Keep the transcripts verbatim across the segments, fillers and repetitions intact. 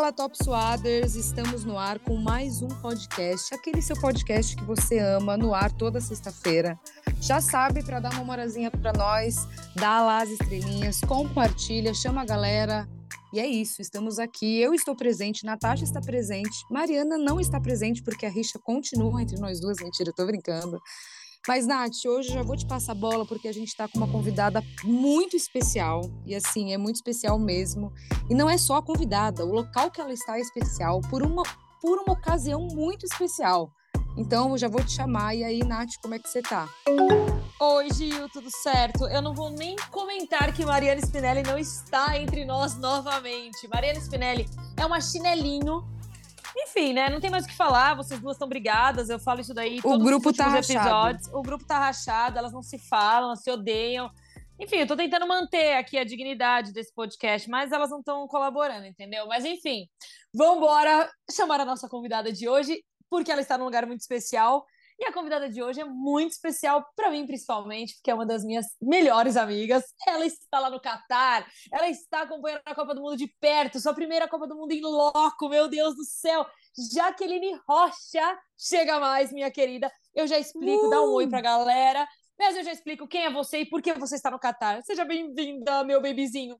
Olá, Top Suaders! Estamos no ar com mais um podcast, aquele seu podcast que você ama, no ar toda sexta-feira. Já sabe, para dar uma morazinha para nós, dá lá as estrelinhas, compartilha, chama a galera. E é isso, estamos aqui, eu estou presente, Natasha está presente, Mariana não está presente porque a rixa continua entre nós duas, mentira, eu tô brincando. Mas, Nath, hoje eu já vou te passar a bola porque a gente está com uma convidada muito especial. E, assim, é muito especial mesmo. E não é só a convidada, o local que ela está é especial por uma, por uma ocasião muito especial. Então, eu já vou te chamar. E aí, Nath, como é que você tá? Oi, Gil, tudo certo? Eu não vou nem comentar que Mariana Spinelli não está entre nós novamente. Mariana Spinelli é uma chinelinho. Enfim, né? Não tem mais o que falar. Vocês duas estão brigadas. Eu falo isso daí O todos os grupo tá últimos episódios. rachado. O grupo tá rachado, elas não se falam, elas se odeiam. Enfim, eu tô tentando manter aqui a dignidade desse podcast, mas elas não estão colaborando, entendeu? Mas enfim, vambora chamar a nossa convidada de hoje, porque ela está num lugar muito especial. E a convidada de hoje é muito especial para mim, principalmente, porque é uma das minhas melhores amigas. Ela está lá no Catar, ela está acompanhando a Copa do Mundo de perto, sua primeira Copa do Mundo em loco, meu Deus do céu! Jaqueline Rocha, chega mais, minha querida. Eu já explico, Uh! dá um oi pra galera, mas eu já explico quem é você e por que você está no Catar. Seja bem-vinda, meu bebezinho.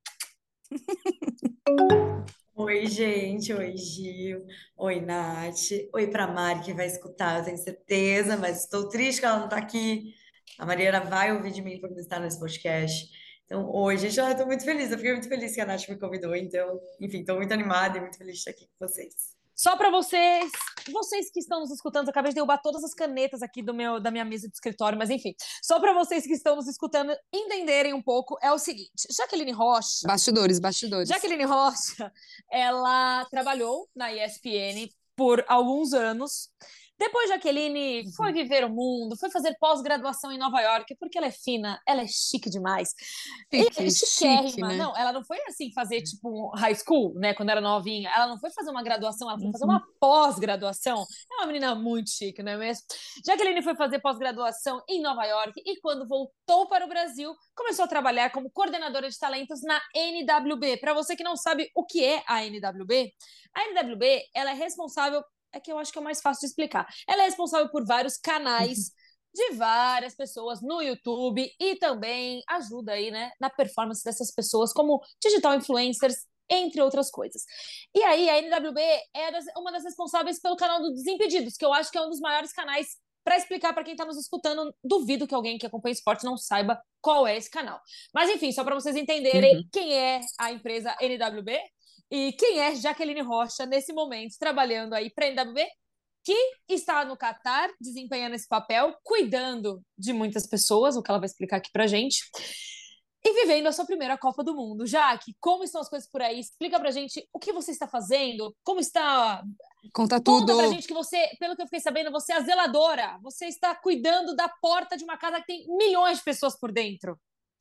Oi, gente. Oi, Gil. Oi, Nath. Oi pra Mari, que vai escutar, eu tenho certeza, mas estou triste que ela não tá aqui. A Mariana vai ouvir de mim quando estar nesse podcast. Então, hoje, gente, eu estou muito feliz. Eu fiquei muito feliz que a Nath me convidou. Então, enfim, estou muito animada e muito feliz de estar aqui com vocês. Só para vocês, vocês que estão nos escutando, eu acabei de derrubar todas as canetas aqui do meu, da minha mesa de escritório, mas enfim, só para vocês que estão nos escutando entenderem um pouco, é o seguinte: Jaqueline Rocha. Bastidores, bastidores. Jaqueline Rocha, ela trabalhou na E S P N por alguns anos. Depois, Jaqueline foi viver o mundo, foi fazer pós-graduação em Nova York, porque ela é fina, ela é chique demais. Chique, E, chiquérrima. chique, né? Não, ela não foi assim fazer tipo um high school, né, quando era novinha. Ela não foi fazer uma graduação, ela foi fazer Uhum. uma pós-graduação. É uma menina muito chique, não é mesmo? Jaqueline foi fazer pós-graduação em Nova York e quando voltou para o Brasil, começou a trabalhar como coordenadora de talentos na N W B. Para você que não sabe o que é a N W B, a N W B, ela é responsável, é que eu acho que é o mais fácil de explicar. Ela é responsável por vários canais de várias pessoas no YouTube e também ajuda aí, né, na performance dessas pessoas como digital influencers, entre outras coisas. E aí, a N W B é uma das responsáveis pelo canal do Desimpedidos, que eu acho que é um dos maiores canais para explicar para quem está nos escutando. Duvido que alguém que acompanha esporte não saiba qual é esse canal. Mas enfim, só para vocês entenderem Uhum. quem é a empresa N W B e quem é Jaqueline Rocha nesse momento, trabalhando aí para a N W B, que está no Catar, desempenhando esse papel, cuidando de muitas pessoas, o que ela vai explicar aqui pra gente, e vivendo a sua primeira Copa do Mundo. Jaque, como estão as coisas por aí? Explica pra gente o que você está fazendo, como está... Conta Conta tudo. pra gente que você, pelo que eu fiquei sabendo, você é a zeladora, você está cuidando da porta de uma casa que tem milhões de pessoas por dentro.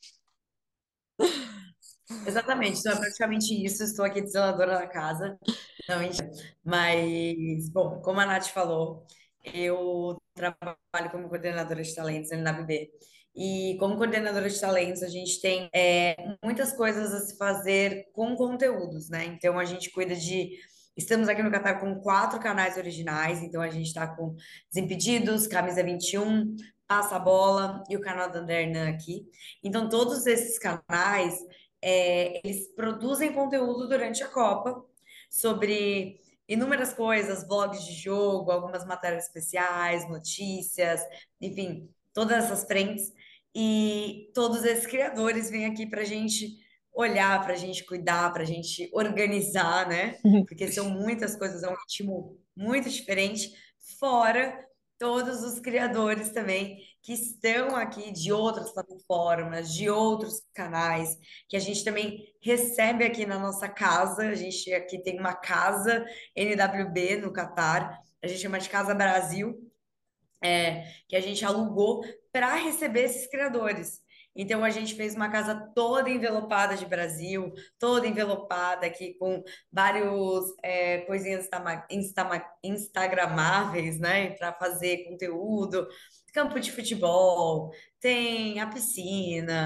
Exatamente, então é praticamente isso. Estou aqui de zeladora da casa. Não, mentira. Mas, bom, como a Nath falou, eu trabalho como coordenadora de talentos na N W B. E como coordenadora de talentos, a gente tem é, muitas coisas a se fazer com conteúdos, né? Então, a gente cuida de. Estamos aqui no Catar com quatro canais originais. Então, a gente está com Desimpedidos, Camisa vinte e um, Passa a Bola e o canal da Andernan aqui. Então, todos esses canais, é, eles produzem conteúdo durante a Copa sobre inúmeras coisas, vlogs de jogo, algumas matérias especiais, notícias, enfim, todas essas frentes. E todos esses criadores vêm aqui para a gente olhar, para a gente cuidar, para a gente organizar, né? Porque são muitas coisas, é um ritmo muito diferente, fora todos os criadores também que estão aqui de outras plataformas, de outros canais, que a gente também recebe aqui na nossa casa. A gente aqui tem uma casa N W B no Catar, a gente chama de Casa Brasil, é, que a gente alugou para receber esses criadores. Então a gente fez uma casa toda envelopada de Brasil, toda envelopada aqui com vários é, coisinhas instama- instama- instagramáveis, né, para fazer conteúdo. Campo de futebol, tem a piscina,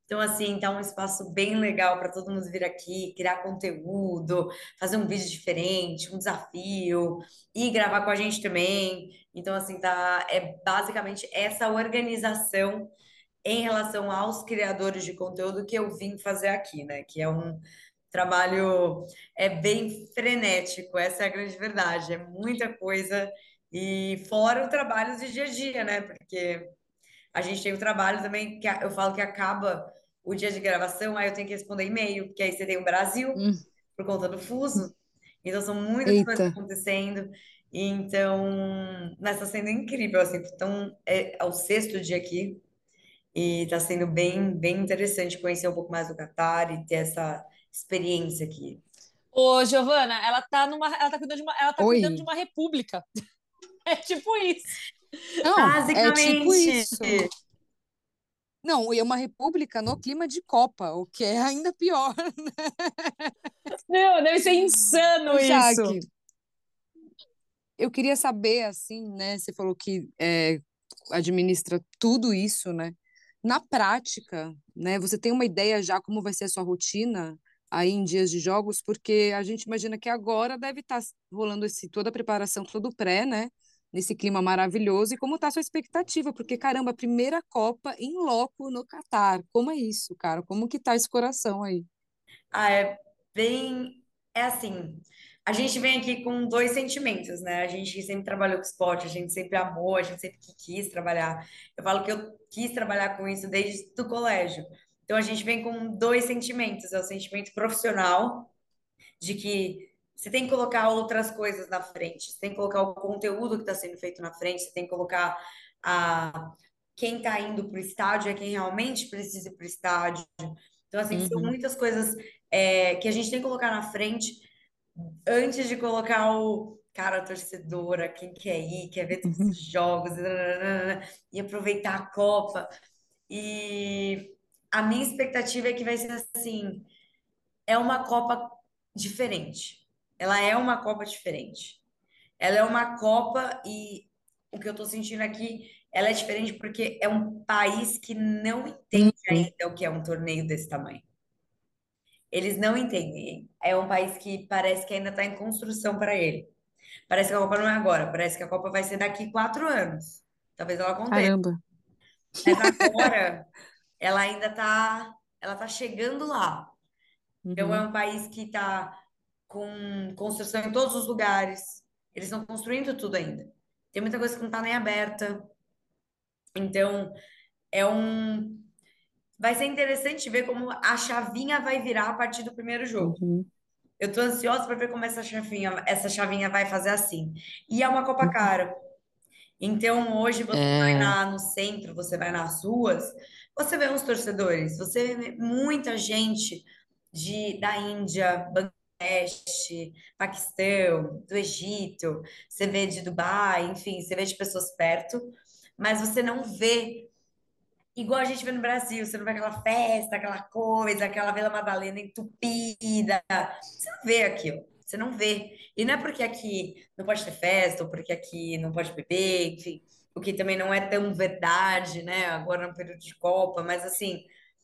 Então, assim, tá um espaço bem legal para todo mundo vir aqui, criar conteúdo, fazer um vídeo diferente, um desafio, e gravar com a gente também. Então, assim, tá, é basicamente essa organização em relação aos criadores de conteúdo que eu vim fazer aqui, né? Que é um trabalho é bem frenético, essa é a grande verdade, é muita coisa. E fora o trabalho do dia a dia, né? Porque a gente tem o trabalho também, que a- eu falo que acaba o dia de gravação, aí eu tenho que responder e-mail, porque aí você tem o Brasil, Hum, por conta do fuso. Então, são muitas coisas eita. acontecendo. Então, mas está sendo incrível, assim. Então, é, é o sexto dia aqui e está sendo bem, bem interessante conhecer um pouco mais do Catar e ter essa experiência aqui. Ô, Giovana, ela tá numa, ela tá cuidando de uma, ela tá cuidando de Oi. uma república. É tipo isso. Não, é tipo Basicamente, isso. Não, e é uma república no clima de Copa, o que é ainda pior. Meu, deve ser insano Ô, isso. Jaque, eu queria saber, assim, né? Você falou que é, administra tudo isso, né? Na prática, né? Você tem uma ideia já como vai ser a sua rotina aí em dias de jogos? Porque a gente imagina que agora deve estar rolando esse, toda a preparação, todo o pré, né? Nesse clima maravilhoso. E como está a sua expectativa? Porque, caramba, a primeira Copa em loco no Catar. Como é isso, cara? Como que tá esse coração aí? ah, é bem. É assim. A gente vem aqui com dois sentimentos, né? A gente sempre trabalhou com esporte, a gente sempre amou, a gente sempre quis trabalhar. Eu falo que eu quis trabalhar com isso desde o colégio. Então a gente vem com dois sentimentos. É o sentimento profissional, de que você tem que colocar outras coisas na frente, você tem que colocar o conteúdo que está sendo feito na frente, você tem que colocar a quem está indo para o estádio é quem realmente precisa ir para o estádio. Então, assim, são Uhum, muitas coisas é, que a gente tem que colocar na frente antes de colocar o cara, a torcedora, quem quer ir, quer ver todos uhum, os jogos, e, nananana, e aproveitar a Copa. E a minha expectativa é que vai ser assim, é uma Copa diferente. Ela é uma Copa diferente. Ela é uma Copa e o que eu tô sentindo aqui, ela é diferente porque é um país que não entende uhum, ainda o que é um torneio desse tamanho. Eles não entendem. É um país que parece que ainda está em construção para ele. Parece que a Copa não é agora, parece que a Copa vai ser daqui quatro anos. Talvez ela aconteça. caramba. Mas agora ela ainda está, ela tá chegando lá. Então é Uhum, um país que está com construção em todos os lugares. Eles estão construindo tudo ainda. Tem muita coisa que não está nem aberta. Então é um, vai ser interessante ver como a chavinha vai virar a partir do primeiro jogo. uhum, Eu tô ansiosa para ver como essa chavinha, essa chavinha vai fazer assim. E é uma Copa uhum. cara. Então, hoje você vai É. lá no centro, você vai nas ruas, você vê uns torcedores, você vê muita gente de, da Índia, Bangladesh, Paquistão, do Egito, você vê de Dubai, enfim, você vê de pessoas perto, mas você não vê igual a gente vê no Brasil, você não vê aquela festa, aquela coisa, aquela Vila Madalena entupida. Você não vê aquilo, você não vê. E não é porque aqui não pode ter festa, ou porque aqui não pode beber, enfim, o que também não é tão verdade, né? Agora no período de Copa, mas assim,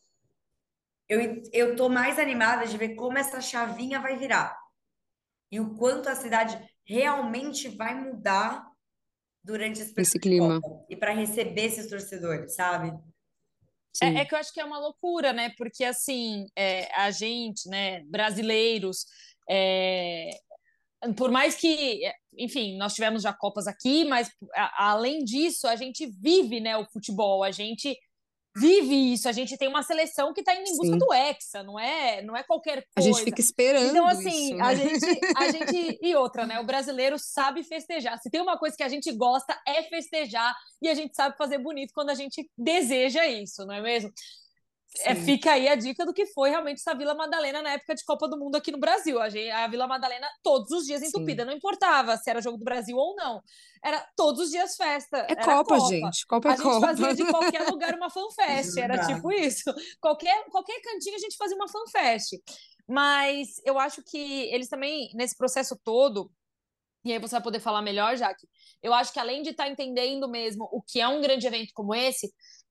eu, eu tô mais animada de ver como essa chavinha vai virar e o quanto a cidade realmente vai mudar durante esse período Esse de clima, Copa e para receber esses torcedores, sabe? É, é sim. que eu acho que é uma loucura, né? Porque assim, é, a gente, né, brasileiros, é, por mais que, enfim, nós tivemos já Copas aqui, mas a- além disso, a gente vive, né, o futebol, a gente vive isso, a gente tem uma seleção que está indo em busca Sim. do Hexa, não é, não é qualquer A gente coisa. fica Então, esperando assim, isso, a né? gente, a gente e outra, né? O brasileiro sabe festejar. Se tem uma coisa que a gente gosta é festejar e a gente sabe fazer bonito quando a gente deseja isso, não é mesmo? É, Sim, fica aí a dica do que foi realmente essa Vila Madalena na época de Copa do Mundo aqui no Brasil. A, gente, a Vila Madalena todos os dias sim. entupida, não importava se era jogo do Brasil ou não. Era todos os dias festa, É era Copa, Copa. gente. Copa é A gente Copa. fazia de qualquer lugar uma Isso é fanfest, era tipo verdade. isso. Qualquer, qualquer cantinho a gente fazia uma fanfest. Mas eu acho que eles também, nesse processo todo, e aí você vai poder falar melhor, Jaque. Eu acho que além de estar entendendo mesmo o que é um grande evento como esse,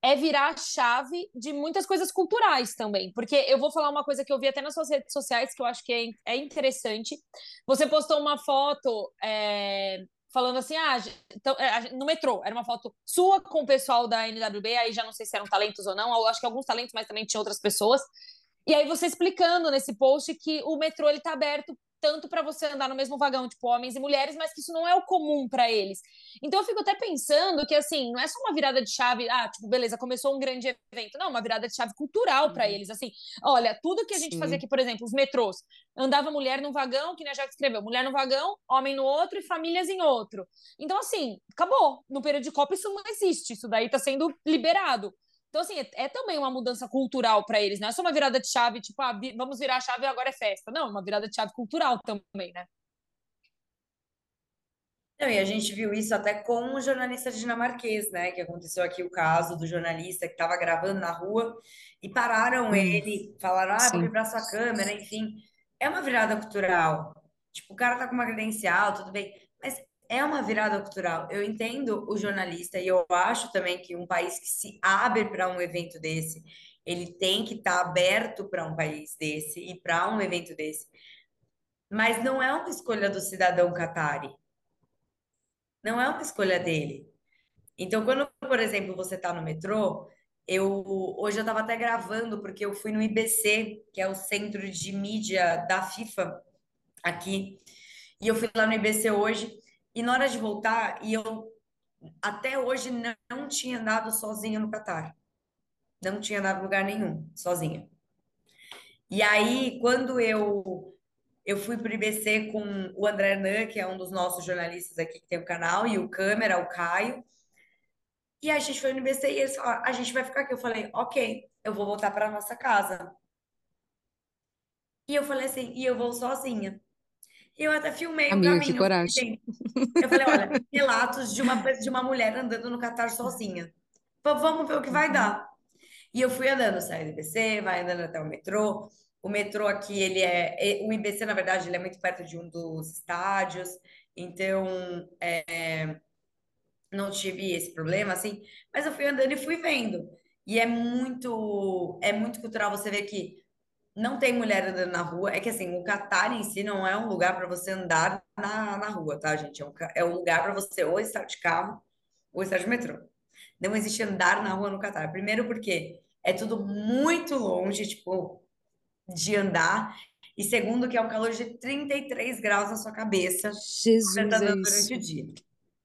é virar a chave de muitas coisas culturais também. Porque eu vou falar uma coisa que eu vi até nas suas redes sociais, que eu acho que é, é interessante. Você postou uma foto é, falando assim, ah, então, é, no metrô, era uma foto sua com o pessoal da N W B, aí já não sei se eram talentos ou não, eu acho que alguns talentos, mas também tinha outras pessoas. E aí você explicando nesse post que o metrô ele tá aberto tanto para você andar no mesmo vagão, tipo, homens e mulheres, mas que isso não é o comum para eles. Então eu fico até pensando que, assim, não é só uma virada de chave, ah, tipo, beleza, começou um grande evento. Não, uma virada de chave cultural para Uhum. eles. Assim, olha, tudo que a gente fazia Sim. aqui, por exemplo, os metrôs, andava mulher num vagão, que nem a Jack escreveu, mulher no vagão, homem no outro e famílias em outro. Então, assim, acabou. No período de Copa isso não existe, isso daí tá sendo liberado. Então, assim, é, é também uma mudança cultural para eles, não é só uma virada de chave, tipo, ah, vi- vamos virar a chave e agora é festa. Não, é uma virada de chave cultural também, né? Não, e a gente viu isso até com o jornalista dinamarquês, né? Que aconteceu aqui o caso do jornalista que estava gravando na rua e pararam Hum, ele, falaram, ah, vou sim. quebrar sua câmera, enfim. É uma virada cultural. Tipo, o cara tá com uma credencial, tudo bem, mas é uma virada cultural. Eu entendo o jornalista e eu acho também que um país que se abre para um evento desse, ele tem que estar aberto para um país desse e para um evento desse. Mas não é uma escolha do cidadão catari. Não é uma escolha dele. Então, quando, por exemplo, você está no metrô, eu hoje eu estava até gravando porque eu fui no I B C, que é o centro de mídia da FIFA aqui, e eu fui lá no I B C hoje, e na hora de voltar, e eu até hoje não, não tinha andado sozinha no Catar, não tinha andado em lugar nenhum sozinha. E aí, quando eu eu fui para o I B C com o André Hernan, que é um dos nossos jornalistas aqui que tem o canal, e o câmera, o Caio. E a gente foi no I B C e eles falaram, a gente vai ficar aqui. Eu falei, ok, eu vou voltar para nossa casa. E eu falei assim, e eu vou sozinha. E eu até filmei o Amiga, que caminho. Eu falei, coragem. gente, eu falei, olha, relatos de uma, pe- de uma mulher andando no Catar sozinha. V- Vamos ver o que vai Uhum. dar. E eu fui andando, saí do I B C, vai andando até o metrô. O metrô aqui, ele é... é- O I B C, na verdade, ele é muito perto de um dos estádios. Então, não tive esse problema, assim, mas eu fui andando e fui vendo. E é muito, é muito cultural você ver que não tem mulher andando na rua. É que assim, o Catar em si não é um lugar para você andar na, na rua, tá, gente? É um, ca- é um lugar para você ou estar de carro ou estar de metrô. Não existe andar na rua no Catar. Primeiro porque é tudo muito longe, tipo, de andar. E segundo que é um calor de trinta e três graus na sua cabeça quando você tá Jesus, é andando durante o isso. dia.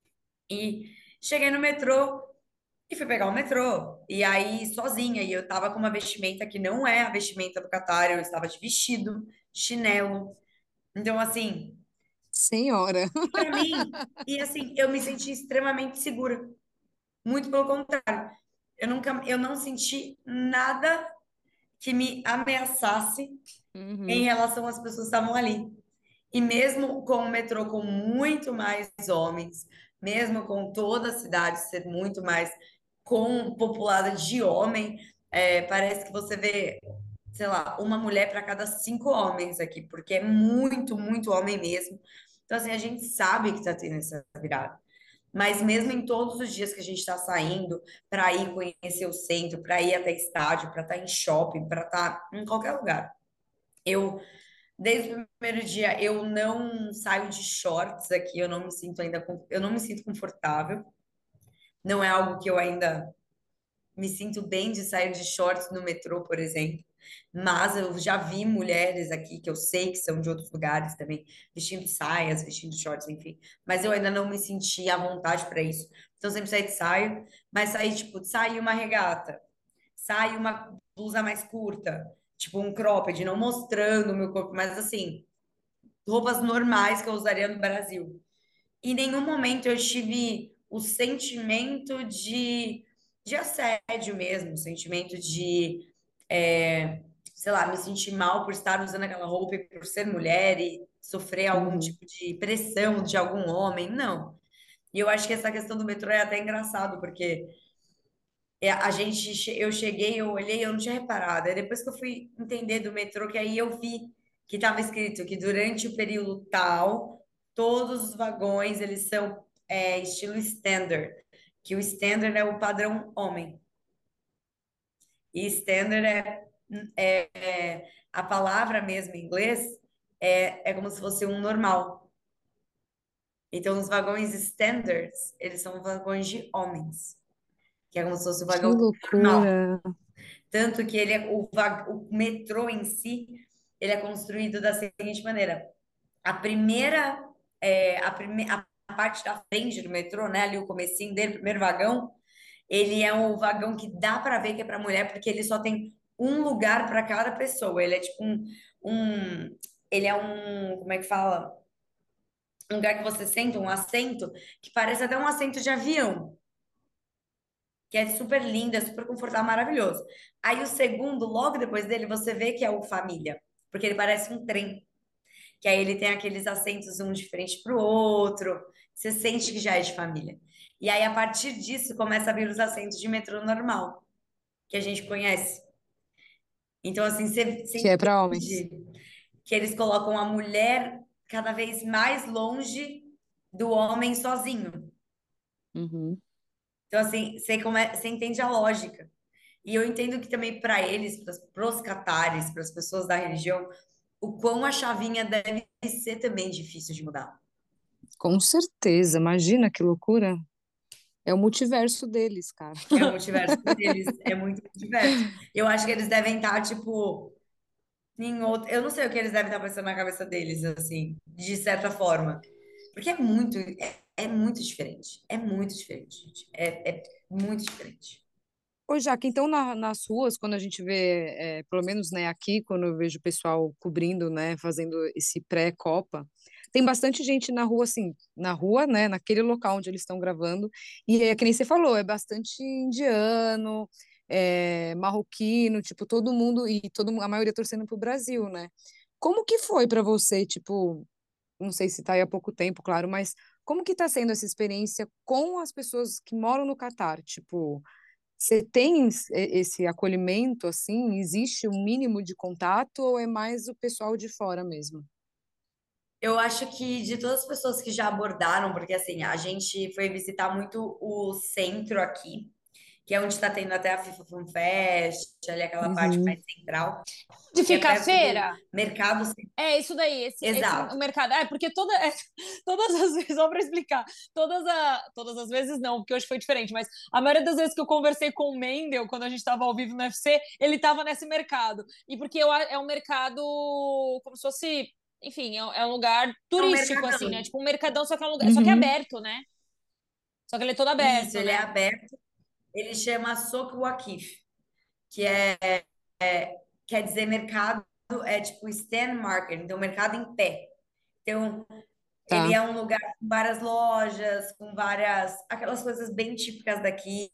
E cheguei no metrô, e fui pegar o metrô. E aí, sozinha, e eu tava com uma vestimenta que não é a vestimenta do Catar, eu estava de vestido, chinelo. Então, assim, Senhora. pra mim, e assim, eu me senti extremamente segura. Muito pelo contrário. Eu nunca, eu não senti nada que me ameaçasse em Uhum. relação às pessoas que estavam ali. E mesmo com o metrô com muito mais homens, mesmo com toda a cidade ser muito mais com populada de homem, é, parece que você vê, sei lá, uma mulher para cada cinco homens aqui, porque é muito, muito homem mesmo. Então, assim, a gente sabe que está tendo essa virada. Mas mesmo em todos os dias que a gente está saindo para ir conhecer o centro, para ir até estádio, para estar em shopping, para estar em qualquer lugar. Eu Desde o primeiro dia eu não saio de shorts aqui, eu não me sinto ainda, com- eu não me sinto confortável. Não é algo que eu ainda me sinto bem de sair de shorts no metrô, por exemplo. Mas eu já vi mulheres aqui que eu sei que são de outros lugares também, vestindo saias, vestindo shorts, enfim. Mas eu ainda não me senti à vontade para isso. Então sempre saí de saio, mas saí tipo, saí uma regata, saí uma blusa mais curta, tipo um cropped, não mostrando o meu corpo, mas assim, roupas normais que eu usaria no Brasil. Em nenhum momento eu tive o sentimento de, de assédio mesmo, o sentimento de, é, sei lá, me sentir mal por estar usando aquela roupa e por ser mulher e sofrer algum Uhum. tipo de pressão de algum homem, não. E eu acho que essa questão do metrô é até engraçado, porque é, a gente, che- eu cheguei, eu olhei, eu não tinha reparado. Aí depois que eu fui entender do metrô, que aí eu vi que estava escrito que durante o período tal, todos os vagões, eles são é, estilo standard, que o standard é o padrão homem. E standard é, é, é- a palavra mesmo em inglês é, é como se fosse um normal. Então, os vagões standards, eles são vagões de homens, que é como se fosse o Que vagão normal. loucura. Tanto que ele é, o, va- o metrô em si, ele é construído da seguinte maneira. A primeira, é, a, prime, a parte da frente do metrô, né, ali o comecinho dele, o primeiro vagão, ele é um vagão que dá para ver que é para mulher, porque ele só tem um lugar para cada pessoa. Ele é tipo um, um, ele é um, como é que fala? Um lugar que você senta, um assento, que parece até um assento de avião, que é super lindo, é super confortável, maravilhoso. Aí o segundo, logo depois dele, você vê que é o família, porque ele parece um trem, que aí ele tem aqueles assentos um de frente para o outro, você sente que já é de família. E aí, a partir disso, começa a vir os assentos de metrô normal, que a gente conhece. Então, assim, você, você Que é para homens. entende que eles colocam a mulher cada vez mais longe do homem sozinho. Uhum. Então, assim, você, come... você entende a lógica. E eu entendo que também para eles, para os catares, para as pessoas da religião, o quão a chavinha deve ser também difícil de mudar. Com certeza. Imagina que loucura. É o multiverso deles, cara. É o multiverso deles, é muito multiverso. Eu acho que eles devem estar, tipo, em outro. Eu não sei o que eles devem estar pensando na cabeça deles, assim, de certa forma. Porque é muito, é, é muito diferente. É muito diferente, gente. É, é muito diferente. Ô, Jaque, então na- nas ruas, quando a gente vê, é, pelo menos né, aqui, quando eu vejo o pessoal cobrindo, né, fazendo esse pré-Copa, tem bastante gente na rua, assim, na rua, né, naquele local onde eles estão gravando, e é que nem você falou, é bastante indiano, é, marroquino, tipo, todo mundo, e todo, mu- a maioria torcendo pro Brasil, né? Como que foi para você, tipo, não sei se tá aí há pouco tempo, claro, mas como que tá sendo essa experiência com as pessoas que moram no Catar? Tipo, você tem es- e- esse acolhimento, assim? Existe um mínimo de contato ou é mais o pessoal de fora mesmo? Eu acho que de todas as pessoas que já abordaram, porque assim, a gente foi visitar muito o centro aqui, que é onde está tendo até a FIFA Fan Fest, ali aquela parte mais Uhum. central, De que é ficar a perto do feira? mercado. Cen- É isso daí, esse, esse o Exato. mercado. É, porque toda, é, todas as vezes, só para explicar, todas, a, todas as vezes não, porque hoje foi diferente, mas a maioria das vezes que eu conversei com o Mendel, quando a gente estava ao vivo no U F C, ele estava nesse mercado. E porque eu, é um mercado como se fosse, enfim, é, um é um lugar É um turístico, assim, né? mercadão. Tipo um mercadão, só que é um lugar, só que é Uhum. aberto, né? Só que ele é todo Isso, aberto, ele é né? aberto, ele chama Souk Waqif, que é, quer dizer mercado, é tipo stand market, então mercado em pé. Então, ele Tá. é um lugar com várias lojas, com várias, aquelas coisas bem típicas daqui,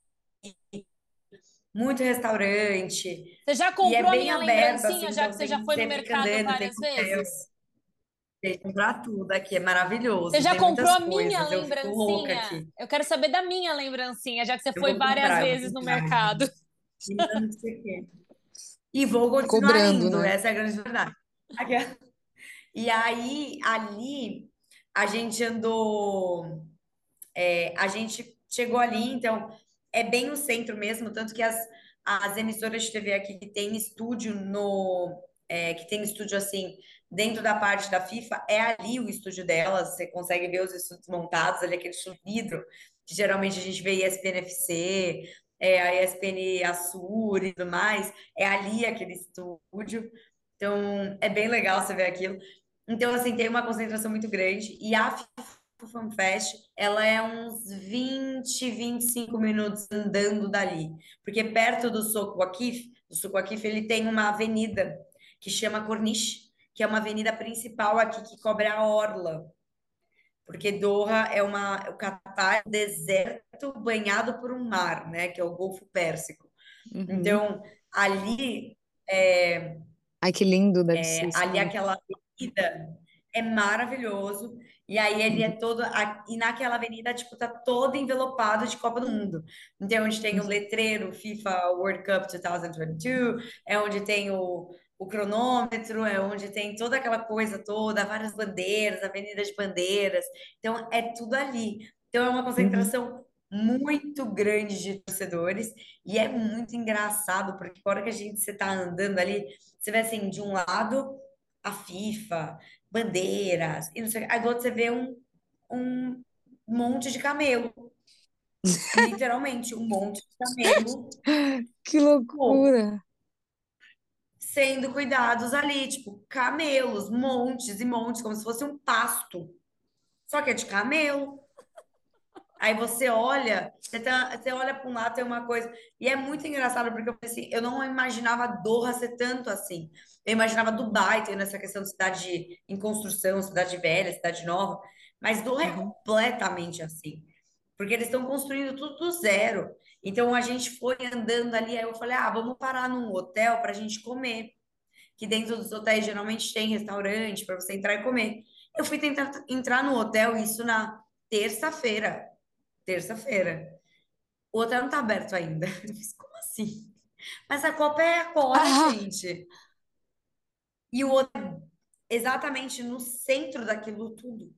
muito restaurante, Você já e é comprou a bem minha aberto, lembrancinha, assim, já que então você já tem, foi no você fica mercado andando, tem várias hotel, vezes? tem que comprar tudo aqui, é Você maravilhoso, já tem comprou muitas a minha coisas, eu fico louca lembrancinha? aqui. Eu quero saber da minha lembrancinha, já que você Eu foi vou várias comprar, eu vou vezes no comprar. mercado. Menina, não sei o quê. E vou continuar Cobrando, indo, né? essa é a grande verdade. Aqui- E aí, ali, a gente andou, é, a gente chegou ali, então, é bem no centro mesmo, tanto que as, as emissoras de T V aqui que tem estúdio no, é, que tem estúdio assim, dentro da parte da FIFA, é ali o estúdio delas, você consegue ver os estúdios montados, ali aquele estúdio vidro, que geralmente a gente vê E S P N F C, é, a E S P N Açur e tudo mais, é ali aquele estúdio. Então, é bem legal você ver aquilo. Então, assim, tem uma concentração muito grande. E a FanFest, ela é uns vinte, vinte e cinco minutos andando dali. Porque perto do Souk Waqif, do Souk Waqif, ele tem uma avenida que chama Corniche, que é uma avenida principal aqui que cobre a orla. Porque Doha é uma, o Catar é um deserto banhado por um mar, né? Que é o Golfo Pérsico. Uhum. Então, ali é, Ai, que lindo deve ser é, isso ali mesmo. aquela avenida é maravilhoso. E aí ele é Uhum. todo. a- E naquela avenida, tipo, tá todo envelopado de Copa do Mundo. Então, é onde tem o letreiro FIFA World Cup dois mil e vinte e dois, é onde tem o, o cronômetro, é onde tem toda aquela coisa toda, várias bandeiras, avenida de bandeiras. Então, é tudo ali. Então, é uma Uhum. concentração muito grande de torcedores e é muito engraçado, porque a hora que a gente você tá andando ali, você vê assim, de um lado a FIFA, bandeiras, e não sei, o quê. Aí do outro você vê um, um monte de camelo, literalmente um monte de camelo, Que pô, loucura! sendo cuidados ali, tipo, camelos, montes e montes, como se fosse um pasto, só que é de camelo. Aí você olha, você, tá- você olha para um lado, tem uma coisa. E é muito engraçado, porque eu pensei, eu não imaginava Doha ser tanto assim. Eu imaginava Dubai tendo essa questão de cidade em construção, cidade velha, cidade nova. Mas Doha é Uhum. completamente assim. Porque eles estão construindo tudo do zero. Então a gente foi andando ali, aí eu falei, ah, vamos parar num hotel para a gente comer. Que dentro dos hotéis geralmente tem restaurante para você entrar e comer. Eu fui tentar entrar no hotel, isso na terça-feira. Terça-feira. O hotel não tá aberto ainda. Eu fiz, como assim? Mas a Copa é agora, Ah, gente. E o hotel exatamente no centro daquilo tudo.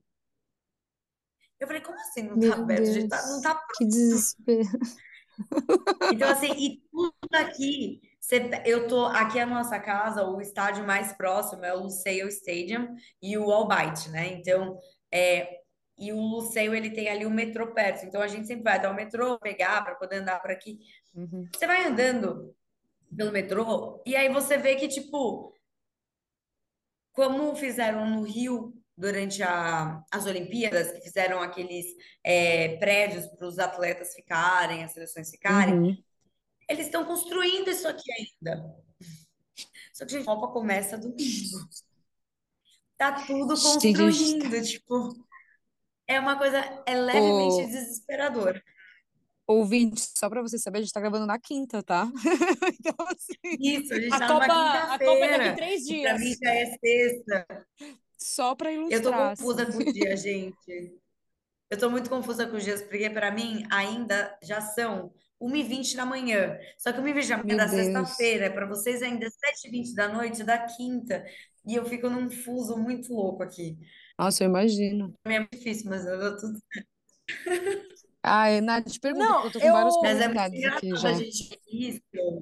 Eu falei, como assim não tá meu aberto? Gente, tá- não Deus, tá que pronto. desespero. Então, assim, e tudo aqui, você- eu tô aqui é a nossa casa, o estádio mais próximo é o Lusail Stadium e o Al Bayt, né? Então, é, e o Lusail, ele tem ali o metrô perto. Então, a gente sempre vai até o metrô pegar para poder andar por aqui. Uhum. Você vai andando pelo metrô, e aí você vê que, tipo, como fizeram no Rio durante a- as Olimpíadas, que fizeram aqueles é, prédios para os atletas ficarem, as seleções ficarem, Uhum. eles estão construindo isso aqui ainda. Só que, gente, a Copa começa domingo. Tá tudo Gente, construindo, tipo, é uma coisa, é levemente ô, desesperadora. ouvinte, só para você saber, a gente tá gravando na quinta, tá? Então, assim, Isso, a gente A tá numa Copa, a Copa é daqui quinta-feira, três e para mim dias. já é sexta. só para Eu tô ilustrar, assim. confusa com o dia, gente. Eu tô muito confusa com os dias, porque para mim ainda já são uma e vinte da manhã. Só que uma e vinte da manhã é Meu da Deus. sexta-feira, para vocês ainda é sete e vinte da noite da quinta. E eu fico num fuso muito louco aqui. Nossa, eu imagino. Pra mim é muito difícil, mas eu tô tudo. Ai, Nath, te pergunta, Não, porque eu tô com várias eu, Mas é muito curiosidades aqui engraçado a já. gente ver isso.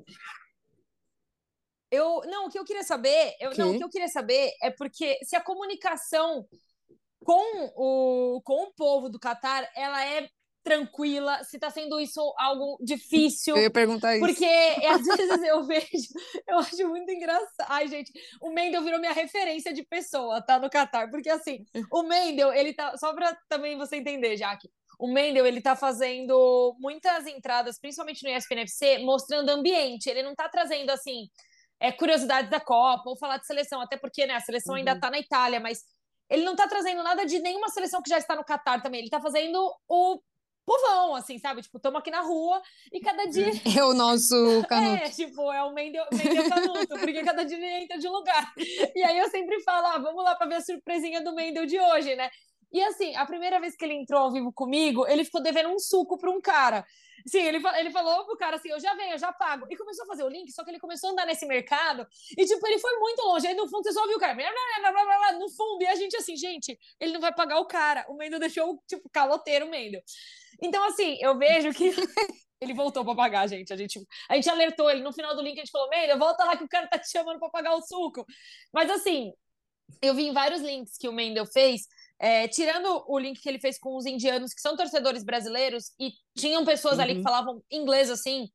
eu, não, o que eu queria saber, O eu, não, o que quê? eu queria saber é porque se a comunicação com o, com o povo do Catar, ela é tranquila, se está sendo isso algo Eu difícil, ia perguntar porque isso. é, às vezes eu vejo, eu acho muito engraçado. Ai, gente, o Mendel virou minha referência de pessoa, tá, no Catar, porque assim, o Mendel, ele tá, só para também você entender, Jaque, o Mendel, ele tá fazendo muitas entradas, principalmente no E S P N F C, mostrando ambiente, ele não tá trazendo, assim, é, curiosidades da Copa, ou falar de seleção, até porque, né, a seleção ainda Uhum. tá na Itália, mas ele não tá trazendo nada de nenhuma seleção que já está no Catar também. Ele tá fazendo o povão, assim, sabe? Tipo, estamos aqui na rua e cada dia. É o nosso É, Canuto. tipo, é o Mendel, Mendel Canuto, porque cada dia ele entra de um lugar. E aí eu sempre falo, ah, vamos lá para ver a surpresinha do Mendel de hoje, né? E assim, a primeira vez que ele entrou ao vivo comigo, ele ficou devendo um suco para um cara. Sim, ele, ele falou pro cara assim: eu já venho, eu já pago. E começou a fazer o link, só que ele começou a andar nesse mercado e, tipo, ele foi muito longe. Aí no fundo você só ouviu o cara, blá, blá, blá, blá, blá, no fundo, e a gente assim, gente, ele não vai pagar o cara. O Mendel deixou, tipo, caloteiro o Mendel. Então, assim, eu vejo que ele voltou para pagar, gente. A gente. A gente alertou ele no final do link, a gente falou: Mendel, volta lá que o cara tá te chamando para pagar o suco. Mas assim, eu vi em vários links que o Mendel fez, é, tirando o link que ele fez com os indianos, que são torcedores brasileiros, e tinham pessoas ali que Uhum. falavam inglês assim.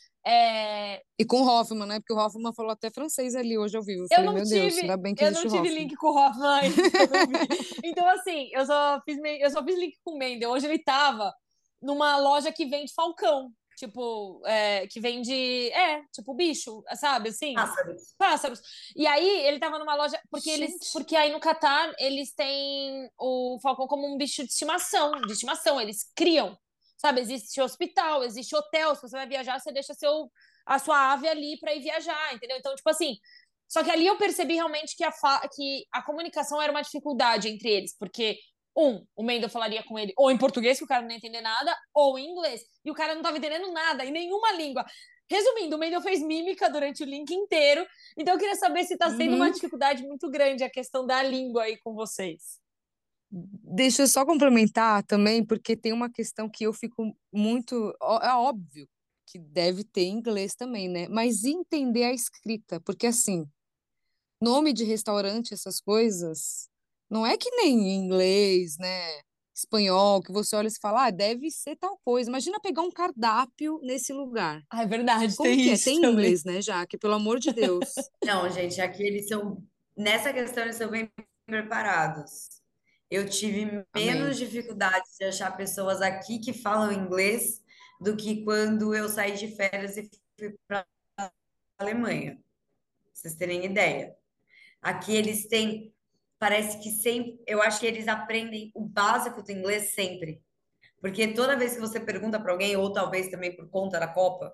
É, E com o Hoffman, né? Porque o Hoffman falou até francês ali hoje ao vivo. Eu eu falei, não meu Deus, tive, ainda bem que eu existe não o tive Hoffman. link com o Hoffman ainda, eu não vi. Então, assim, eu só fiz, eu só fiz link com o Mendel. Hoje ele tava numa loja que vende falcão. Tipo, é, que vende. É, tipo, bicho, sabe? Assim, Pássaros. pássaros. E aí ele tava numa loja. Porque eles. Gente. Porque aí no Catar eles têm o falcão como um bicho de estimação. De estimação, eles criam. Sabe? Existe hospital, existe hotel. Se você vai viajar, você deixa seu, a sua ave ali para ir viajar, entendeu? Então, tipo assim. Só que ali eu percebi realmente que a, fa... que a comunicação era uma dificuldade entre eles, porque um, o Mendel falaria com ele ou em português, que o cara não ia entender nada, ou em inglês. E o cara não estava entendendo nada, em nenhuma língua. Resumindo, o Mendel fez mímica durante o link inteiro. Então eu queria saber se está sendo uma Uhum. dificuldade muito grande a questão da língua aí com vocês. Deixa eu só complementar também, porque tem uma questão que eu fico muito. ó- É óbvio que deve ter inglês também, né? Mas entender a escrita, porque assim, nome de restaurante, essas coisas, não é que nem em inglês, né? Espanhol, que você olha e fala, ah, deve ser tal coisa. Imagina pegar um cardápio nesse lugar. Ah, é verdade, Como tem que é? isso Tem também. inglês, né, Jaque? Pelo amor de Deus. Não, gente, aqui eles são, nessa questão, eles são bem preparados. Eu tive menos Amém. dificuldade de achar pessoas aqui que falam inglês do que quando eu saí de férias e fui para a Alemanha, pra vocês terem ideia. Aqui eles têm, parece que sempre, eu acho que eles aprendem o básico do inglês sempre. Porque toda vez que você pergunta para alguém, ou talvez também por conta da Copa,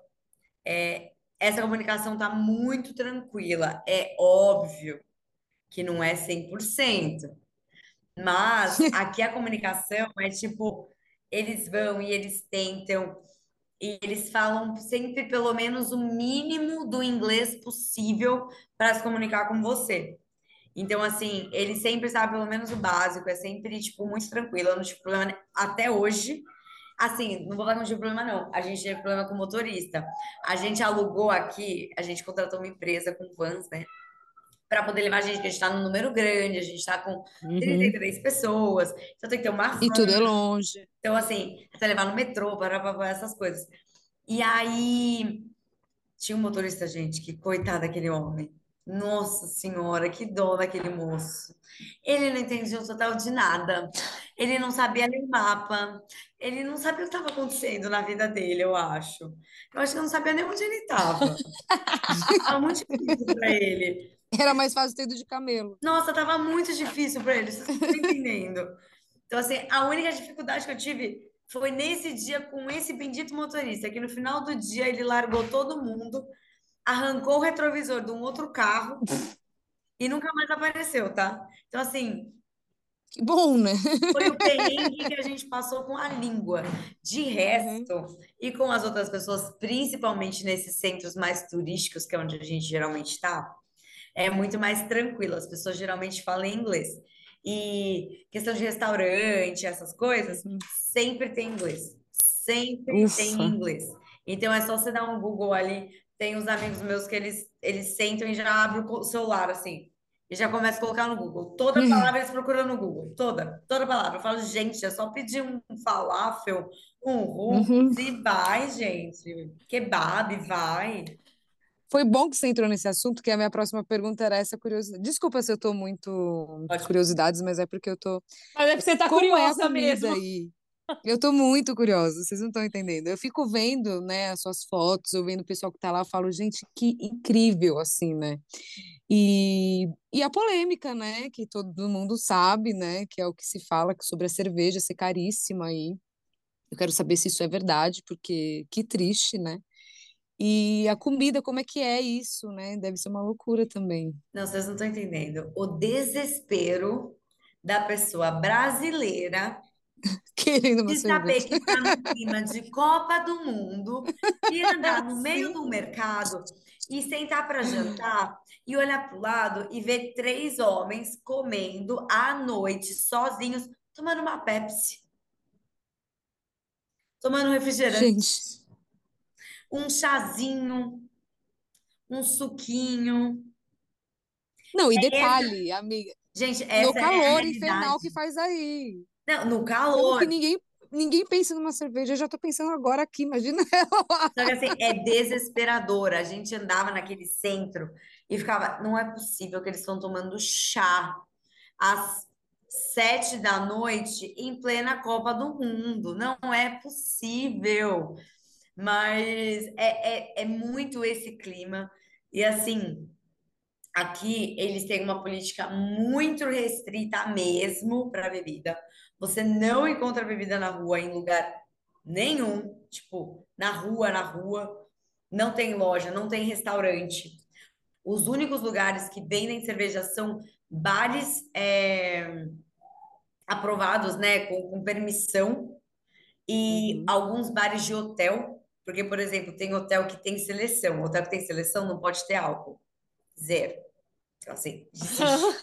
essa comunicação tá muito tranquila. É óbvio que não é cem por cento, mas aqui a comunicação é tipo, eles vão e eles tentam, e eles falam sempre pelo menos o mínimo do inglês possível para se comunicar com você. Então, assim, ele sempre sabe pelo menos o básico, é sempre, tipo, muito tranquilo. Eu não tive problema ne- até hoje. Assim, não vou falar que não tive problema, não. A gente teve problema com o motorista. A gente alugou aqui, a gente contratou uma empresa com vans, né? Para poder levar a gente, porque a gente tá num número grande, a gente tá com trinta e Uhum. três pessoas, então tem que ter uma E van. tudo é longe. Então, assim, até levar no metrô, para, para, essas coisas. E aí. Tinha um motorista, gente, que coitado daquele homem. Nossa senhora, que dó daquele moço. Ele não entendia o total de nada. Ele não sabia ler o mapa. Ele não sabia o que estava acontecendo na vida dele, eu acho. Eu acho que eu não sabia nem onde ele estava. Estava muito difícil para ele. Era mais fácil ter ido de camelo. Nossa, estava muito difícil para ele, vocês não estão entendendo. Então, assim, a única dificuldade que eu tive foi nesse dia com esse bendito motorista, que no final do dia ele largou todo mundo, arrancou o retrovisor de um outro carro e nunca mais apareceu, tá? Então, assim, Que bom, né? foi o perrengue que a gente passou com a língua. De Uhum. resto, e com as outras pessoas, principalmente nesses centros mais turísticos, que é onde a gente geralmente está, é muito mais tranquilo. As pessoas geralmente falam inglês. E questão de restaurante, essas coisas, Uhum. sempre tem inglês. Sempre tem Ufa. inglês. Então é só você dar um Google ali. Tem uns amigos meus que eles, eles sentam e já abrem o co- celular assim. E já começa a colocar no Google. Toda palavra eles procuram no Google. Toda, toda palavra. Eu falo, gente, é só pedir um falafel, um Uhum. hummus e vai, gente. Kebab, vai. Foi bom que você entrou nesse assunto, que a minha próxima pergunta era essa curiosidade. Desculpa se eu tô muito Pode. curiosidades, mas é porque eu tô. Mas é porque você tá Como é a curiosa comida mesmo. aí? Eu tô muito curiosa, vocês não estão entendendo. Eu fico vendo, né, as suas fotos, eu vendo o pessoal que tá lá, eu falo, gente, que incrível, assim, né? E, e a polêmica, né, que todo mundo sabe, né, que é o que se fala sobre a cerveja ser caríssima aí. Eu quero saber se isso é verdade, porque que triste, né? E a comida, como é que é isso, né? Deve ser uma loucura também. Não, vocês não estão entendendo. O desespero da pessoa brasileira Querendo uma de saber cerveja. que está num clima de Copa do Mundo e andar no meio do Sim. mercado e sentar para jantar e olhar para o lado e ver três homens comendo à noite, sozinhos, tomando uma Pepsi, tomando um Gente. refrigerante, um chazinho, um suquinho. Não, e Essa, detalhe, amiga, gente, no essa é a calor infernal que realidade. faz aí. Não, no Como calor. que ninguém ninguém pensa numa cerveja? Eu já tô pensando agora aqui, imagina ela lá. Só que assim, é desesperador. A gente andava naquele centro e ficava, não é possível que eles estão tomando chá às sete da noite em plena Copa do Mundo. Não é possível. Mas é, é, é muito esse clima. E assim, aqui eles têm uma política muito restrita mesmo para bebida. Você não encontra bebida na rua em lugar nenhum, tipo, na rua, na rua. Não tem loja, não tem restaurante. Os únicos lugares que vendem cerveja são bares é, aprovados, né, com, com permissão e Uhum. alguns bares de hotel. Porque, por exemplo, tem hotel que tem seleção. Hotel que tem seleção não pode ter álcool. Zero. Então, assim, desiste.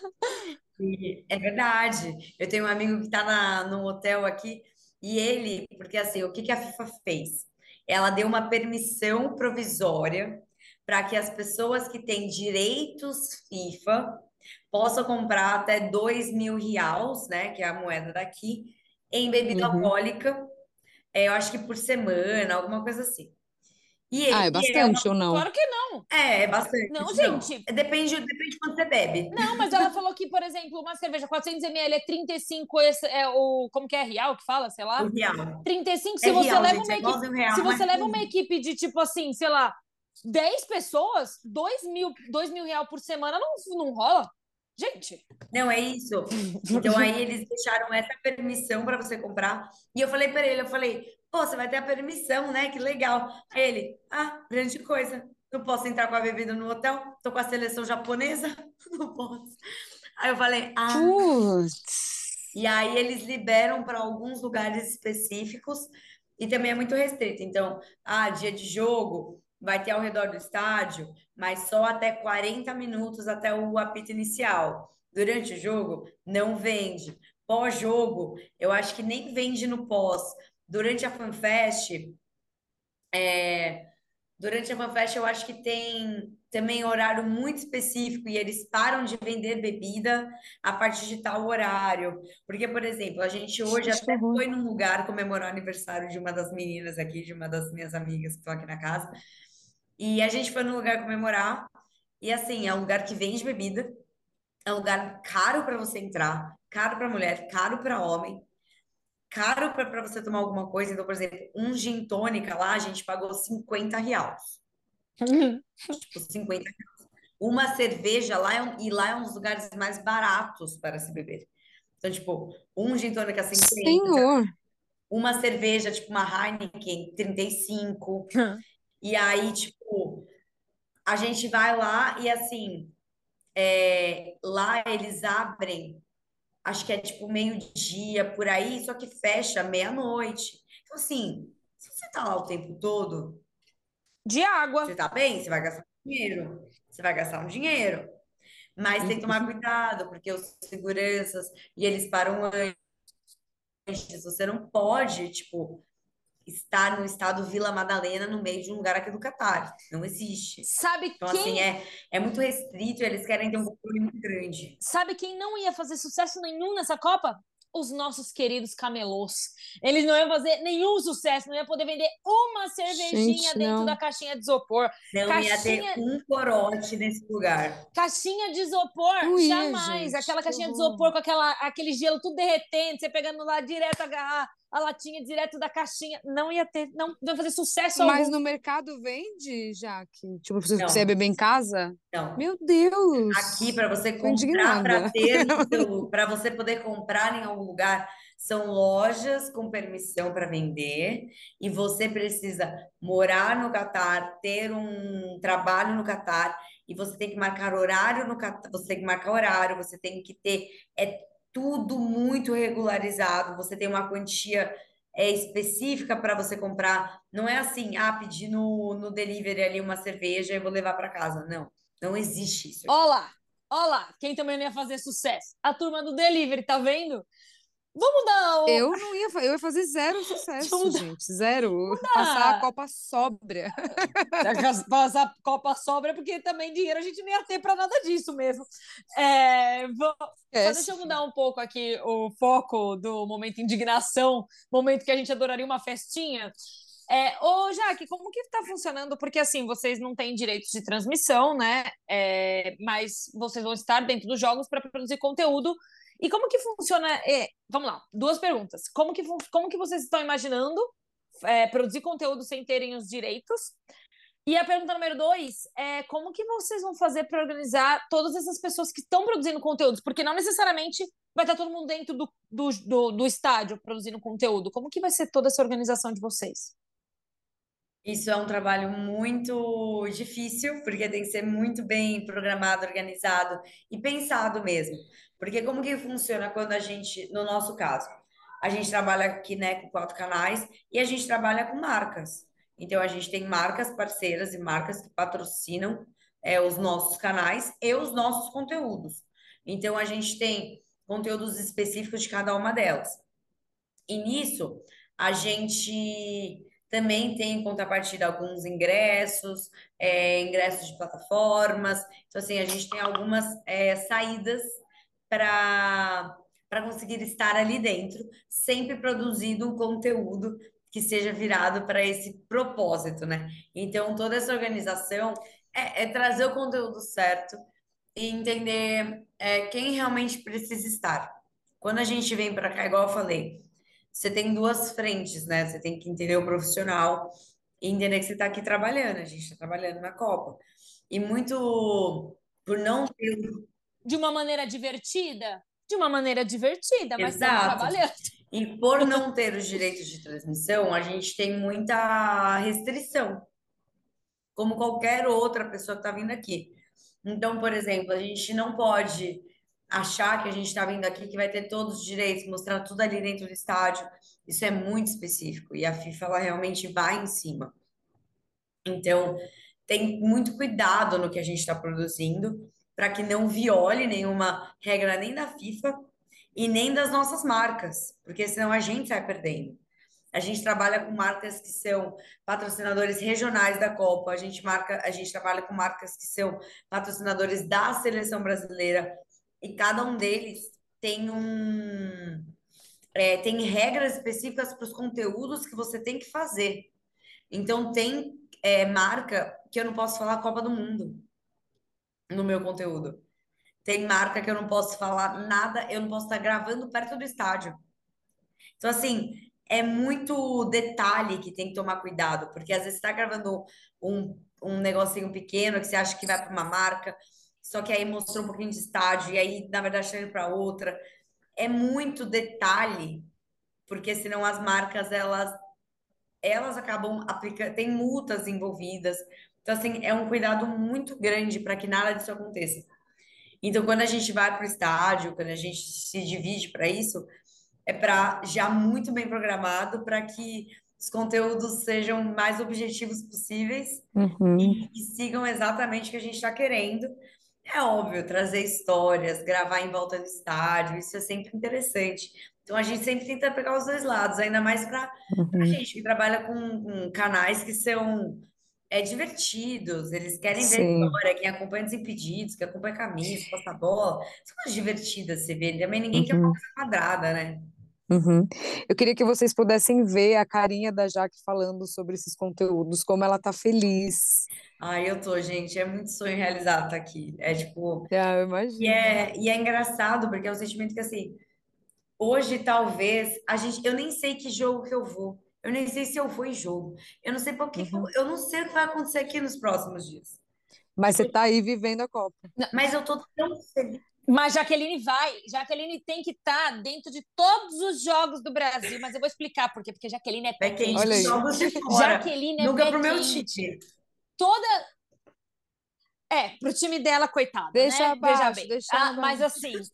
E é verdade. Eu tenho um amigo que está na, no hotel aqui e ele, porque assim, o que que a FIFA fez? Ela deu uma permissão provisória para que as pessoas que têm direitos FIFA possam comprar até dois mil reais, né, que é a moeda daqui, em bebida Uhum. alcoólica, é, eu acho que por semana, alguma coisa assim. E, Ah, é e é uma, bastante ou não? Claro que não. é, é bastante, Não, não. gente. Depende, depende de quanto você bebe. Não, mas ela falou que, por exemplo, uma cerveja quatrocentos mililitros é trinta e cinco, esse é o, como que é, real que fala, sei O lá? real. Trinta e cinco, É se você real, leva gente, uma é equipe, igualzinho se real, você mas leva uma com... equipe de, tipo assim, sei lá, dez pessoas, dois mil, dois mil real por semana não, não rola. Gente. Não, é isso. Então aí eles deixaram essa permissão para você comprar. E eu falei para ele, eu falei, pô, você vai ter a permissão, né? Que legal. Aí ele, ah, grande coisa. Não posso entrar com a bebida no hotel? Tô com a seleção japonesa? Não posso. Aí eu falei, ah. Putz. E aí eles liberam para alguns lugares específicos e também é muito restrito. Então, ah, dia de jogo vai ter ao redor do estádio, mas só até quarenta minutos até o apito inicial. Durante o jogo, não vende. Pós-jogo, eu acho que nem vende no pós. Durante a FanFest, Durante a FanFest, eu acho que tem também horário muito específico e eles param de vender bebida a partir de tal horário. Porque, por exemplo, a gente hoje Gente, que até horror. foi num lugar comemorar o aniversário de uma das meninas aqui, de uma das minhas amigas que estão aqui na casa. E a gente foi num lugar comemorar. E assim, é um lugar que vende bebida, é um lugar caro para você entrar, caro para mulher, caro para homem. Caro para você tomar alguma coisa. Então, por exemplo, um gin tônica lá, a gente pagou cinquenta reais. Tipo, cinquenta. Uma cerveja lá é um, e lá é um dos lugares mais baratos para se beber. Então, tipo, um gin tônica cinquenta, Senhor. uma cerveja, tipo uma Heineken trinta e cinco. E aí, tipo, a gente vai lá e assim, é, lá eles abrem, acho que é tipo meio-dia por aí, só que fecha meia-noite. Então, assim, se você tá lá o tempo todo, De água. você tá bem, você vai gastar um dinheiro. Você vai gastar um dinheiro. Mas tem que tomar cuidado, porque os seguranças, e eles param antes, você não pode, tipo, estar no estado Vila Madalena no meio de um lugar aqui do Catar. Não existe. Sabe Então, assim, quem é, é muito restrito e eles querem ter um controle muito grande. Sabe quem não ia fazer sucesso nenhum nessa Copa? Os nossos queridos camelôs. Eles não iam fazer nenhum sucesso, não ia poder vender uma cervejinha Gente, dentro da não. caixinha de isopor. Não ia ter Caixinha, um corote nesse lugar. caixinha de isopor, Não ia, jamais. gente. Aquela Que caixinha de horror. isopor com aquela, aquele gelo tudo derretendo, você pegando lá direto a, a latinha direto da caixinha. Não ia ter, não, não ia fazer sucesso Mas algum. no mercado vende, Jaque? Tipo, se você quiser Não, beber em casa? não. Meu Aqui Deus! para você Tô comprar, para indignada. ter no seu, para você poder comprar em algum lugar, são lojas com permissão para vender e você precisa morar no Catar, ter um trabalho no Catar e você tem que marcar horário no Catar, você tem que marcar horário, você tem que ter é tudo muito regularizado, você tem uma quantia é, específica para você comprar. Não é assim, ah, pedir no, no delivery ali uma cerveja e vou levar para casa. Não, não existe isso aqui. Ó lá, ó lá, quem também não ia fazer sucesso? A turma do delivery, tá vendo? Vamos dar o. Eu não ia, fa- eu ia fazer zero sucesso, Vamos dar. gente. Zero. Vamos Passar a dar. Copa sóbria. Passar a Copa sobra, porque também dinheiro a gente não ia ter para nada disso mesmo. É, vou- só deixa eu Esquece. mudar um pouco aqui o foco do momento indignação, momento que a gente adoraria uma festinha. É, ô, Jaque, como que tá funcionando? Porque assim, vocês não têm direitos de transmissão, né? É, mas vocês vão estar dentro dos jogos para produzir conteúdo. E como que funciona? É, vamos lá, duas perguntas. Como que, fun- como que vocês estão imaginando é, produzir conteúdo sem terem os direitos? E a pergunta número dois é como que vocês vão fazer para organizar todas essas pessoas que estão produzindo conteúdos? Porque não necessariamente vai estar todo mundo dentro do, do, do, do estádio produzindo conteúdo. Como que vai ser toda essa organização de vocês? Isso é um trabalho muito difícil, porque tem que ser muito bem programado, organizado e pensado mesmo. Porque como que funciona quando a gente, no nosso caso, a gente trabalha aqui, né, com quatro canais e a gente trabalha com marcas. Então a gente tem marcas parceiras e marcas que patrocinam é, os nossos canais e os nossos conteúdos. Então, a gente tem conteúdos específicos de cada uma delas. E nisso, a gente também tem em contrapartida alguns ingressos, é, ingressos de plataformas. Então, assim, a gente tem algumas é, saídas para para conseguir estar ali dentro, sempre produzindo um conteúdo que seja virado para esse propósito, né? Então, toda essa organização é, é trazer o conteúdo certo e entender é, quem realmente precisa estar. Quando a gente vem para cá, igual eu falei, você tem duas frentes, né? Você tem que entender o profissional e entender que você está aqui trabalhando. A gente está trabalhando na Copa. E muito por não ter. De uma maneira divertida? De uma maneira divertida, mas estamos Exato. trabalhando. E por não ter os direitos de transmissão, a gente tem muita restrição, como qualquer outra pessoa que está vindo aqui. Então, por exemplo, a gente não pode achar que a gente está vindo aqui que vai ter todos os direitos, mostrar tudo ali dentro do estádio. Isso é muito específico e a FIFA ela realmente vai em cima. Então, tem muito cuidado no que a gente está produzindo para que não viole nenhuma regra nem da FIFA e nem das nossas marcas, porque senão a gente sai perdendo. A gente trabalha com marcas que são patrocinadores regionais da Copa, a gente marca, a gente trabalha com marcas que são patrocinadores da seleção brasileira, e cada um deles tem um é, tem regras específicas para os conteúdos que você tem que fazer. Então tem é, marca que eu não posso falar Copa do Mundo no meu conteúdo. Tem marca que eu não posso falar nada, eu não posso estar gravando perto do estádio. Então, assim, é muito detalhe que tem que tomar cuidado, porque às vezes você está gravando um, um negocinho pequeno que você acha que vai para uma marca, só que aí mostrou um pouquinho de estádio, e aí, na verdade, está indo para outra. É muito detalhe, porque senão as marcas, elas, elas acabam aplicando, tem multas envolvidas. Então, assim, é um cuidado muito grande para que nada disso aconteça. Então, quando a gente vai para o estádio, quando a gente se divide para isso, é para já muito bem programado para que os conteúdos sejam mais objetivos possíveis Uhum. e, e sigam exatamente o que a gente está querendo. É óbvio, trazer histórias, gravar em volta do estádio, isso é sempre interessante. Então a gente sempre tenta pegar os dois lados, ainda mais para a Uhum. gente que trabalha com, com canais que são é, divertidos, eles querem ver Sim. história, quem acompanha Desimpedidos, que acompanha camisa, passa bola, são coisas divertidas você vê. Também ninguém quer uma Uhum. coisa quadrada, né? Uhum. Eu queria que vocês pudessem ver a carinha da Jaque falando sobre esses conteúdos, como ela tá feliz. Ah, eu tô, gente, é muito sonho realizado estar aqui. É tipo, Ah, eu e imagino. é, e é engraçado, porque é um sentimento que assim, hoje talvez a gente, eu nem sei que jogo que eu vou. Eu nem sei se eu vou em jogo. Eu não sei porque que eu, Uhum. eu não sei o que vai acontecer aqui nos próximos dias. Mas você tá aí vivendo a Copa. Mas eu tô tão feliz. Mas Jaqueline vai, Jaqueline tem que estar dentro de todos os jogos do Brasil, mas eu vou explicar por quê, porque Jaqueline é Pé pé quente Olha dos aí. quente. jogos de fora. Jaqueline é Nunca pé pro meu quente. time. Toda. É, pro time dela, coitada, Deixa né? Veja abaixo, bem. deixa Ah, mas abaixo. assim,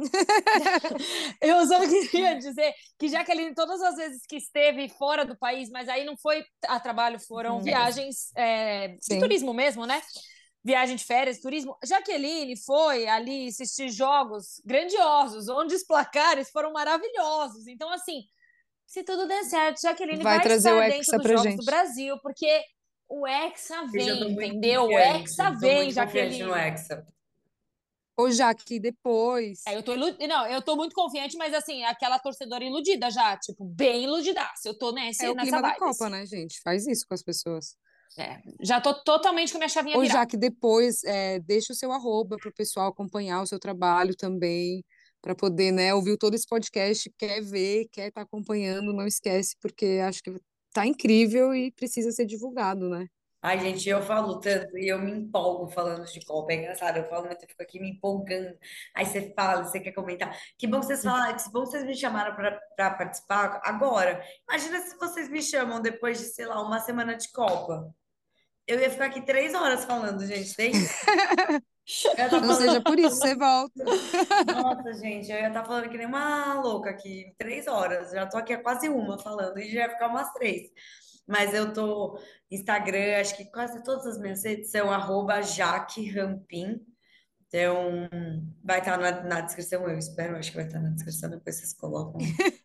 eu só queria dizer que Jaqueline, todas as vezes que esteve fora do país, mas aí não foi a trabalho, foram Uhum. viagens é, de Sim. turismo mesmo, né? Viagem de férias, turismo. Jaqueline foi ali assistir jogos grandiosos, onde os placares foram maravilhosos. Então, assim, se tudo der certo, Jaqueline Vai vai trazer o estar dentro Hexa dos pra Jogos do gente. Brasil, porque o Hexa Eu já tô vem, muito entendeu? O confiante. Hexa Tô vem, muito confiante no Jaqueline. Hexa. Ô, Jaque, É, depois. eu tô ilu... Não, eu tô muito confiante, mas assim, aquela torcedora iludida já, tipo, bem iludidaça. Eu tô É nesse, o nessa clima da vibe, Copa, assim. né, gente? Faz isso com as pessoas. É, já tô totalmente com a minha chavinha Ô, virada. Jaque, depois é, deixa o seu arroba para o pessoal acompanhar o seu trabalho também, para poder, né, ouvir todo esse podcast, quer ver, quer estar acompanhando, não esquece, porque acho que tá incrível e precisa ser divulgado, né? Ai, gente, eu falo tanto e eu me empolgo falando de Copa. É engraçado, eu falo muito, eu fico aqui me empolgando. Aí você fala, você quer comentar. Que bom que vocês falaram, que bom que vocês me chamaram para participar agora. Imagina se vocês me chamam depois de, sei lá, uma semana de Copa. Eu ia ficar aqui três horas falando, gente, tem? Eu ia estar Não seja falando. por isso, você volta. Nossa, gente, eu ia estar falando que nem uma louca aqui, três horas. Já tô aqui há quase uma falando e já ia ficar umas três. Mas eu tô Instagram, acho que quase todas as minhas redes são arroba Jaque Rampim. Então, vai estar na, na descrição, eu espero, acho que vai estar na descrição, depois vocês colocam.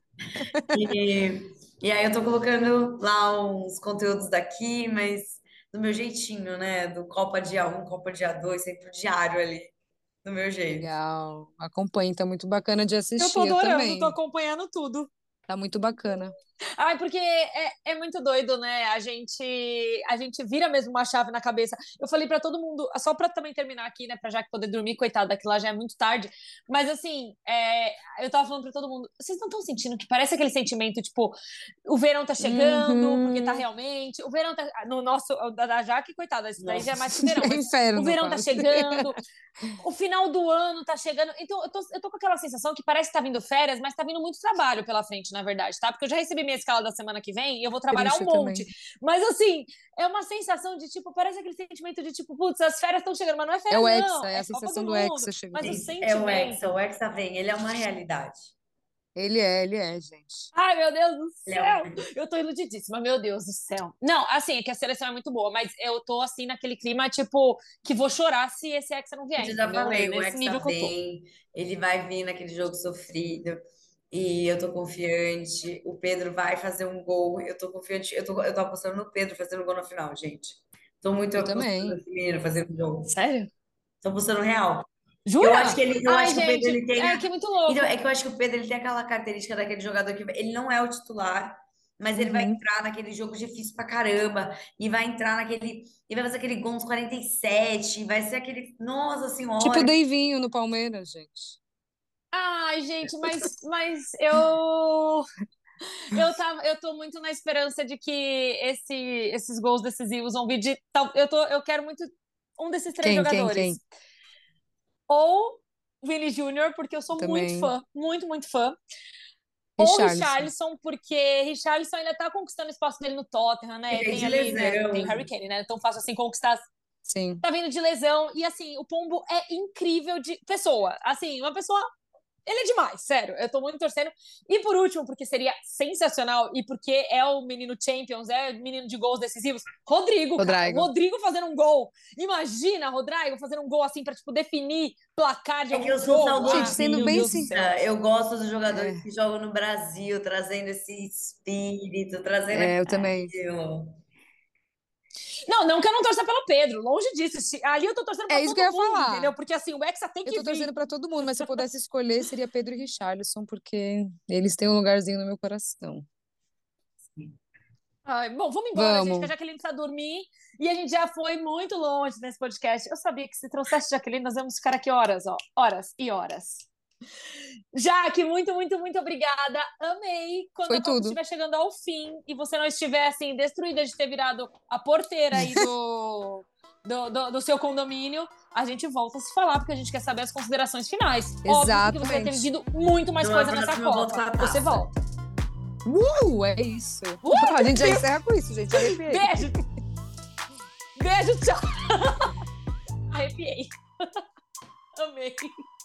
E, e aí eu tô colocando lá uns conteúdos daqui, mas do meu jeitinho, né? Do Copa dia um, Copa dia dois, sempre o diário ali, do meu jeito. Legal. Acompanhe, tá muito bacana de Eu tô assistir. Eu adorando, tô também. acompanhando tudo. Tá muito bacana. Ai, porque é, é muito doido, né? A gente, a gente vira mesmo uma chave na cabeça. Eu falei pra todo mundo, só pra também terminar aqui, né? Pra já poder dormir, coitada, que lá já é muito tarde. Mas assim, é, eu tava falando pra todo mundo, vocês não estão sentindo que parece aquele sentimento, tipo, o verão tá chegando, porque tá Uhum. realmente. O verão tá. No nosso, o da da Jaque, coitada, isso daí já é Nossa. mais que verão, mas o Inferno, verão tá quase. chegando, o final do ano tá chegando. Então, eu tô, eu tô com aquela sensação que parece que tá vindo férias, mas tá vindo muito trabalho pela frente, na verdade, tá? Porque eu já recebi minha escala da semana que vem e eu vou trabalhar Triste um eu monte. também. Mas, assim, é uma sensação de, tipo, parece aquele sentimento de, tipo, putz, as férias estão chegando, mas não é É férias, o não. Hexa, é É a Copa do sensação do Mundo. Hexa Mas o chegando. Gente, é o Hexa, sentimento. o Hexa vem, ele é uma realidade. Ele é, ele é, gente. Ai, meu Deus do Ele é uma céu! Eu tô iludidíssima, meu Deus do céu. Não, assim, é que a seleção é muito boa, mas eu tô, assim, naquele clima, tipo, que vou chorar se esse Hexa não Eu vier, já entendeu? É falei, o nesse nível Hexa que eu tô. vem, ele vai vir naquele jogo sofrido, e eu tô confiante. O Pedro vai fazer um gol, eu tô confiante. Eu tô, eu tô apostando no Pedro fazendo gol no final, gente. Tô muito Eu apostando também. nesse menino fazendo gol. Sério? Tô apostando real. Eu acho que Jura? ele, eu Ai, acho que o Pedro gente, ele tem, é a- que é muito então, louco. é que eu acho que o Pedro ele tem aquela característica daquele jogador que ele não é o titular, mas ele vai Uhum. entrar naquele jogo difícil pra caramba e vai entrar naquele e vai fazer aquele gol nos quarenta e sete, vai ser aquele, nossa Tipo o senhora. Deivinho no Palmeiras, gente. Ai, gente, mas, mas eu eu tava, eu tô muito na esperança de que esse, esses gols decisivos vão vir de tal. Eu tô, eu quero muito um desses três Quem, quem, quem? jogadores. Ou Vini Júnior, porque eu Eu sou muito também. fã, muito, muito fã. Ou Richarlison. Richarlison, porque Richarlison ainda tá conquistando o espaço dele no Tottenham, Ele né? veio Tem de ali, né? Tem o lesão. Harry Kane, né? É tão fácil assim conquistar. Sim. Tá vindo de lesão. E assim, o Pombo é incrível de pessoa. Assim, uma pessoa ele é demais, sério. Eu tô muito torcendo. E por último, porque seria sensacional e porque é o menino Champions, é o menino de gols decisivos, Rodrigo, cara. O Rodrigo. Rodrigo fazendo um gol. Imagina, Rodrigo fazendo um gol assim pra, tipo, definir placar de É que algum eu sou jogo. Gente, Ah, sendo meu bem Deus do sim. céu. saudosista. Eu gosto dos jogadores É, que jogam no Brasil, trazendo esse espírito, trazendo é, eu também. aquilo. Não, não que eu não torça pelo Pedro, longe disso. Ali eu tô torcendo É pra isso que eu todo ia mundo, falar. entendeu? Porque assim, o Hexa tem Eu que tô vir. torcendo pra todo mundo, mas se eu pudesse escolher, seria Pedro e Richarlison, porque eles têm um lugarzinho no meu coração. Ai, bom, vamos embora, gente, que a Vamos. Jaqueline precisa dormir e a gente já foi muito longe nesse podcast. Eu sabia que se trouxesse a Jaqueline, nós íamos ficar aqui horas, ó, horas e horas. Jaque, muito, muito, muito obrigada. Amei. Quando Foi a Copa tudo. estiver chegando ao fim e você não estiver assim destruída de ter virado a porteira aí do, do, do, do seu condomínio, a gente volta a se falar porque a gente quer saber as considerações finais. Óbvio, porque você vai ter Exatamente. vivido muito mais Numa coisa nessa próxima eu volto com Copa. a Você taça. volta. Uh, é isso. Uh, A gente já Deus. encerra com isso, gente. Arrepiei. Beijo. Beijo, tchau. Arrepiei. Amei.